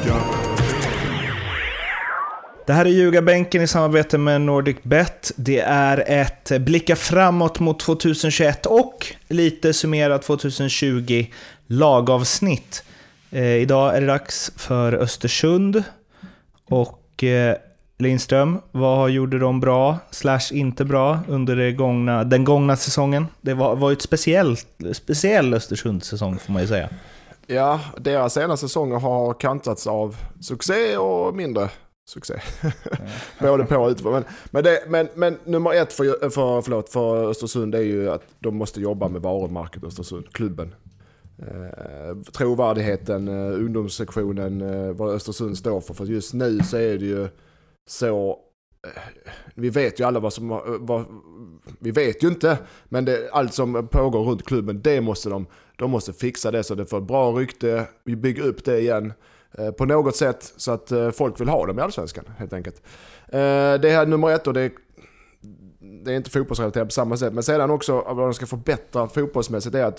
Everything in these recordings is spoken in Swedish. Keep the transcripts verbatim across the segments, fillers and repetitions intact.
Det här är Ljugarbänken i samarbete med NordicBet. Det är ett blicka framåt mot tjugohundratjugoett och lite summerat tjugohundratjugo lagavsnitt. Eh, idag är det dags för Östersund. Och eh, Lindström, vad gjorde de bra slash inte bra under det gångna, den gångna säsongen? Det var, var ju ett speciellt, speciell Östersund-säsong får man ju säga. Ja, deras senaste säsonger har kantats av succé och mindre succé. Både på och utifrån. Men, men, det, men, men nummer ett för, för, förlåt, för Östersund är ju att de måste jobba med varumärket Östersund, klubben. Eh, trovärdigheten, eh, ungdomssektionen, eh, vad Östersund står för. För just nu så är det ju så... Eh, vi vet ju alla vad som... Vad, vi vet ju inte, men det, allt som pågår runt klubben, det måste de... De måste fixa det så det får bra rykte. Vi bygger upp det igen eh, på något sätt så att eh, folk vill ha dem i Allsvenskan helt enkelt. Eh, det är nummer ett och det är, det är inte fotbollsrelaterat på samma sätt. Men sedan också vad de ska förbättra fotbollsmässigt är att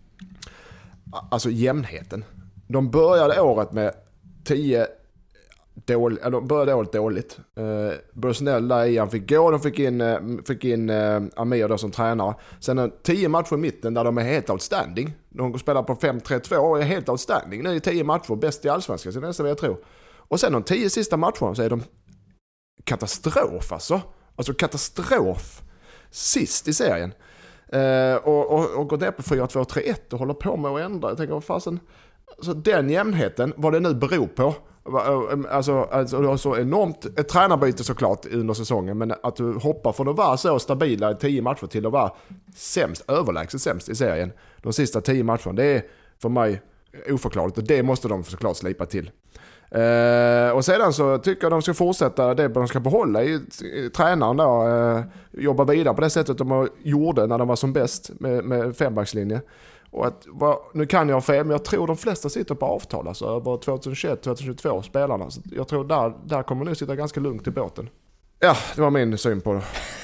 alltså jämnheten. De började året med tio dåligt, eller de började året dåligt. Eh, Bursnell där i, han fick gå, de fick in, eh, fick in eh, Amir då som tränare. Sen en tio matcher i mitten där de är helt outstanding. De spelar på fem tre två och är helt outstanding. Nu är tio matcher bäst i Allsvenskan, så det är nästan vad jag tror. Och sen de tio sista matcherna så är de katastrof alltså. Alltså katastrof. Sist i serien. Eh, och, och, och går ner på fyra två tre ett och håller på med att ändra. Jag tänker, vad fasen. Alltså den jämnheten, vad det nu beror på. Alltså, alltså du har så enormt ett tränarbyte såklart under säsongen, men att du hoppar från att vara så stabila i tio matcher till att vara sämst, överlägset sämst i serien de sista tio matcherna, det är för mig oförklarligt och det måste de såklart slipa till. Eh, och sedan så tycker jag de ska fortsätta det de ska behålla i, i tränaren då, eh, jobba vidare på det sättet de gjorde när de var som bäst med, med fembackslinje. Och att, vad, nu kan jag ha fel, men jag tror de flesta sitter på avtal alltså, över tjugohundratjugoett tjugohundratjugotvå spelarna. Så jag tror där, där kommer nu sitta ganska lugnt i båten. Ja, det var min syn på det.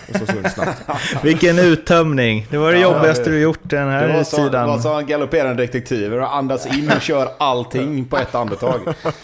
Vilken uttömning. Det var det ja, jobbigaste du gjort den här det var så, sidan. Det var så en galopperande detektiv och andas in och kör allting på ett andetag.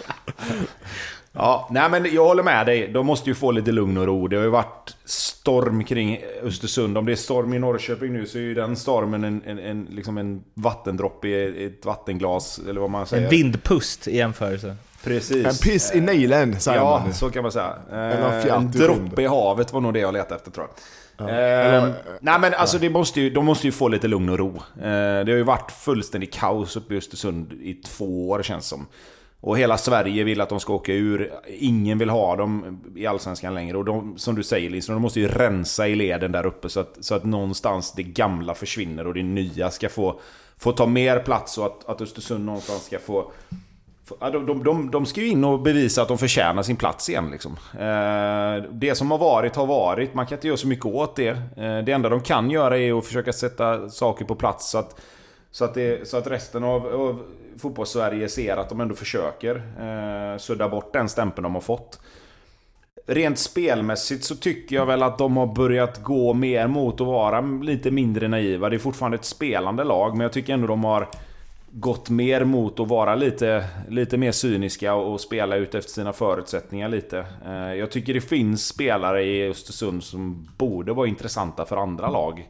Ja, nej men jag håller med dig. De måste ju få lite lugn och ro. Det har ju varit storm kring Östersund. Om det är storm i Norrköping nu så är ju den stormen en, en, en, liksom en vattendropp i ett vattenglas eller vad man säger. En vindpust i jämförelse. Precis. En piss i Nilen, säger ja, man. Ja, så kan man säga. En, en droppe i havet var nog det jag letade efter, tror jag. Ja. Eh, nej men alltså det måste ju, de måste ju få lite lugn och ro. Eh, det har ju varit fullständigt kaos uppe i Östersund i två år känns som. Och hela Sverige vill att de ska åka ur. Ingen vill ha dem i Allsvenskan längre. Och de, som du säger Lisa, de måste ju rensa i leden där uppe så att, så att någonstans det gamla försvinner och det nya ska få, få ta mer plats och att, att Östersund någonstans ska få... få de, de, de, de ska ju in och bevisa att de förtjänar sin plats igen liksom. eh, Det som har varit har varit. Man kan inte göra så mycket åt det. eh, Det enda de kan göra är att försöka sätta saker på plats så att Så att, det, så att resten av, av fotbollssverige ser att de ändå försöker eh, sudda bort den stämpeln de har fått. Rent spelmässigt så tycker jag väl att de har börjat gå mer mot att vara lite mindre naiva. Det är fortfarande ett spelande lag, men jag tycker ändå de har gått mer mot att vara lite, lite mer cyniska och spela ut efter sina förutsättningar lite. Eh, jag tycker det finns spelare i Östersund som borde vara intressanta för andra lag.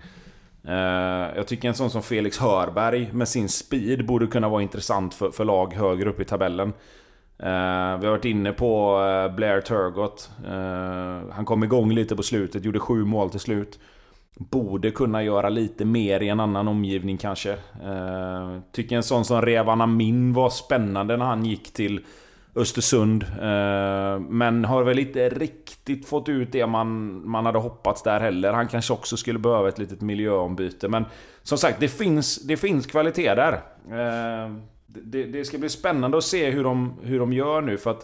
Uh, jag tycker en sån som Felix Hörberg med sin speed borde kunna vara intressant för, för lag högre upp i tabellen. uh, Vi har varit inne på uh, Blair Turgott. uh, Han kom igång lite på slutet, gjorde sju mål till slut. Borde kunna göra lite mer i en annan omgivning kanske. uh, Tycker en sån som Revan Amin var spännande när han gick till Östersund, men har väl inte riktigt fått ut det man, man hade hoppats där heller. Han kanske också skulle behöva ett litet miljöombyte. Men som sagt, det finns, det finns kvalitet där. det, det ska bli spännande att se hur de, hur de gör nu. För att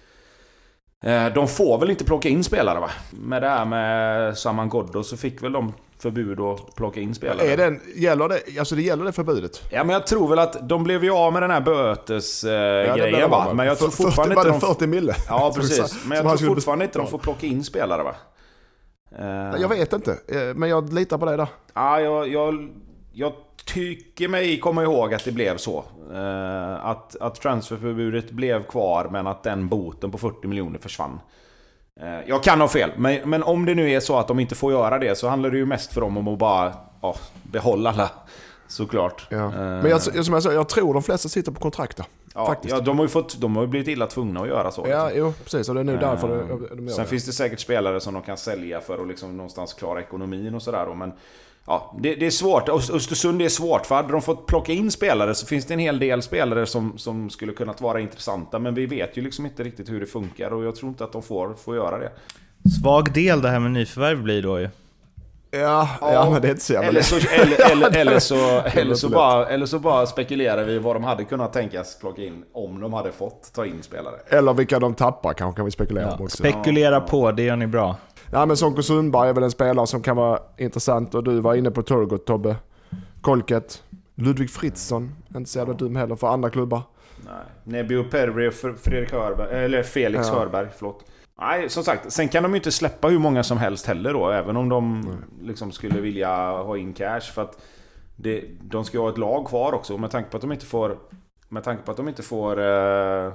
de får väl inte plocka in spelare, va? Med det här med Saman Ghoddos så fick väl de förbud att plocka in spelare. Är den, gäller det, alltså det gäller det förbudet? Ja, men jag tror väl att de blev ju av med den här bötes eh, ja, grejen, va? Men jag tror för, fortfarande inte de... fyrtio mille. Ja, precis. Men jag tror fortfarande inte de får plocka in spelare, va? Jag vet inte, men jag litar på dig där. Ja, jag, jag jag tycker mig komma ihåg att det blev så. Eh, att, att transferförbudet blev kvar, men att den boten på fyrtio miljoner försvann. Eh, jag kan ha fel, men, men om det nu är så att de inte får göra det, så handlar det ju mest för dem om att bara ja, behålla alla, såklart. Ja. Eh, men jag, som jag sa, jag tror de flesta sitter på kontrakt där. ja, faktiskt. ja, de har ju fått, de har ju blivit illa tvungna att göra så. Ja, liksom. jo, precis. Och det är nu därför Eh, de, de gör Sen det. finns det säkert spelare som de kan sälja för att liksom någonstans klara ekonomin och sådär. Men ja, det, det är svårt. Östersund är svårt, för hade de fått plocka in spelare så finns det en hel del spelare som, som skulle kunnat vara intressanta. Men vi vet ju liksom inte riktigt hur det funkar, och jag tror inte att de får, får göra det. Svag del det här med nyförvärv blir då ju. Ja, ja, ja, men det är inte så jävla eller så, eller, eller, eller, så, eller, så bara, eller så bara spekulerar vi vad de hade kunnat tänkas plocka in om de hade fått ta in spelare. Eller vilka de tappar kanske kan vi spekulera Ja, om också. spekulera på, det gör ni bra. Ja, men Sonko Sundberg är väl en spelare som kan vara intressant, och du var inne på Turgot, Tobbe. Kolket. Ludvig Fritzson, inte så jävla dum heller för andra klubbar. Nej, Nebio Perry och Fredrik Hörberg, eller Felix Ja. Hörberg, förlåt. Nej, som sagt, sen kan de ju inte släppa hur många som helst heller då, även om de liksom skulle vilja ha in cash, för att det, de ska ju ha ett lag kvar också, med tanke på att de inte får med tanke på att de inte får eh,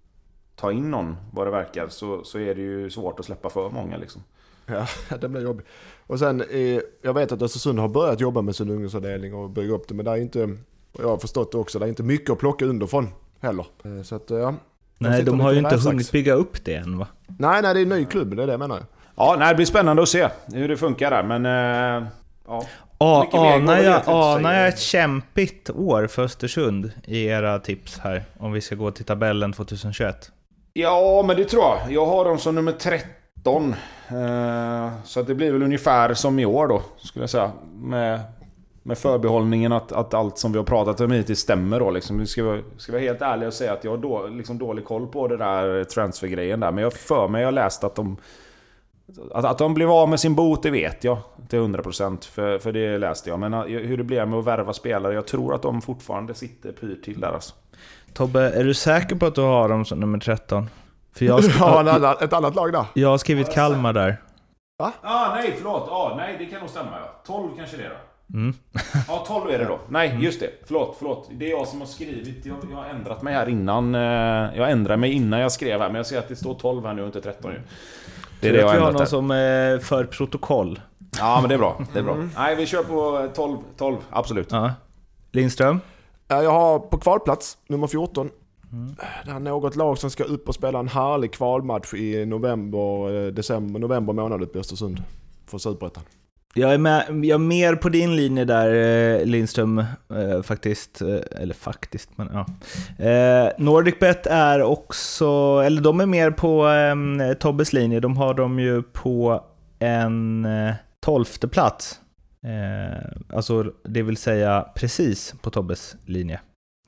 ta in någon, vad det verkar, så, så är det ju svårt att släppa för många liksom. Ja, det blir jobbigt. Och sen, eh, jag vet att Östersund har börjat jobba med sin ungdomsavdelning och bygga upp det, men det är inte, jag har förstått det också, det är inte mycket att plocka underifrån heller. Eh, så att, ja. Nej, de har ju inte rävsax. hunnit bygga upp det än, va? Nej, nej, det är en ny klubb, det är det jag menar. Ja, nej, det blir spännande att se hur det funkar där, men eh, ja. A- Mycket mer går anar det jag, egentligen inte att anar säga. jag ett kämpigt år för Östersund i era tips här, om vi ska gå till tabellen tjugohundratjugoett? Ja, men det tror jag. Jag har dem som nummer tretton. Eh, så att det blir väl ungefär som i år då, skulle jag säga. Med, med förbehållningen att, att allt som vi har pratat om hittills stämmer då. Liksom. Vi ska, vara- ska vara helt ärlig och säga att jag har då, liksom dålig koll på det där transfergrejen där. Men jag för mig, jag har läst att de... Att, att de blev av med sin bot, det vet jag till hundra procent, för, för det läste jag. Men hur det blir med att värva spelare, jag tror att de fortfarande sitter pyrt till där alltså. Tobbe, är du säker på att du har dem som nummer tretton? För jag har, sk- Ja, en annan, ett annat lag där. jag har skrivit Kalmar där. Ja, ah, nej, förlåt. Ah, nej, det kan nog stämma. Ja. tolv kanske det är då. Mm. Ja, tolv är det då. Nej, just det. Förlåt, förlåt. Det är jag som har skrivit. Jag, jag har ändrat mig här innan. eh, Jag ändrade mig innan jag skrev här, men jag ser att det står tolv här nu och inte tretton ju. Det är det jag har vi har ändrat någon här. som är för protokoll. Ja, men det är bra. Det är bra. Nej, vi kör på tolv, tolv, absolut. Ja. Lindström? Ja, jag har på kvalplats nummer fjorton. Mm. Det är något lag som ska upp och spela en härlig kvalmatch i november, december, november månad uppe i Östersund för Superettan. Jag är, med, jag är mer på din linje där, eh, Lindström, eh, faktiskt. Eh, eller faktiskt, men ja. Eh, NordicBet är också, eller de är mer på eh, Tobbes linje. De har dem ju på en eh, tolfte plats. Eh, alltså, det vill säga precis på Tobbes linje.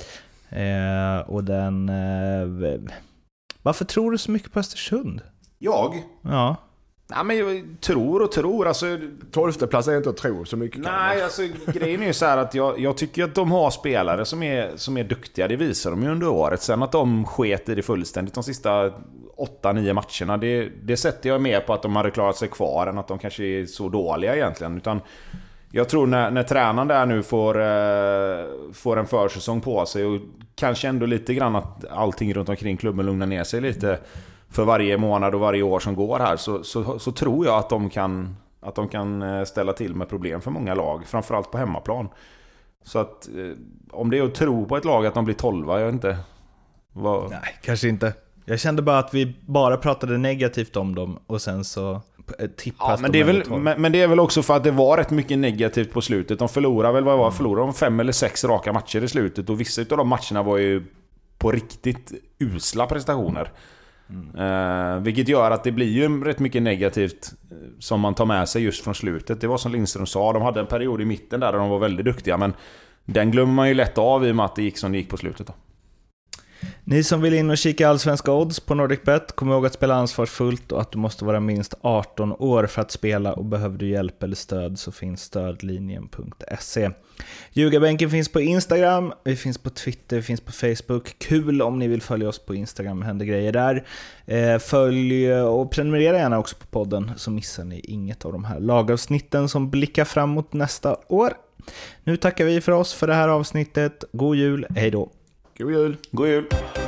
Eh, och den... Eh, varför tror du så mycket på Östersund? Jag? Ja. Nej, men jag tror och tror. Alltså, Tolfte plats är inte att tro så mycket. nej, alltså grejen är ju så här att jag, jag tycker att de har spelare som är, som är duktiga. Det visar de ju under året. Sen att de sket i det fullständigt de sista åtta nio matcherna, det, det sätter jag mer på att de hade klarat sig kvar än att de kanske är så dåliga egentligen. Utan jag tror när, när tränaren där nu får, eh, får en försäsong på sig och kanske ändå lite grann att allting runt omkring klubben lugnar ner sig lite för varje månad och varje år som går här, så, så, så tror jag att de kan att de kan ställa till med problem för många lag, framförallt på hemmaplan. Så att eh, om det är att tro på ett lag att de blir tolva, jag vet inte vad... Nej, kanske inte. Jag kände bara att vi bara pratade negativt om dem och sen så tippas ja, men det är väl men, men det är väl också för att det var rätt mycket negativt på slutet. De förlorar väl vad var förlorar de fem eller sex raka matcher i slutet, och vissa av de matcherna var ju på riktigt usla prestationer. Mm. Eh, vilket gör att det blir ju rätt mycket negativt som man tar med sig just från slutet. Det var som Lindström sa, de hade en period i mitten där de var väldigt duktiga, men den glömmer man ju lätt av i och med att det gick som det gick på slutet då. Ni som vill in och kika allsvenska odds på NordicBet, kom ihåg att spela ansvarsfullt och att du måste vara minst arton år för att spela, och behöver du hjälp eller stöd så finns stödlinjen punkt se. Ljugarbänken finns på Instagram, vi finns på Twitter, vi finns på Facebook. Kul om ni vill följa oss på Instagram, händer grejer där. Eh, följ och prenumerera gärna också på podden så missar ni inget av de här lagavsnitten som blickar fram mot nästa år. Nu tackar vi för oss för det här avsnittet. God jul, hej då. God jul. God jul.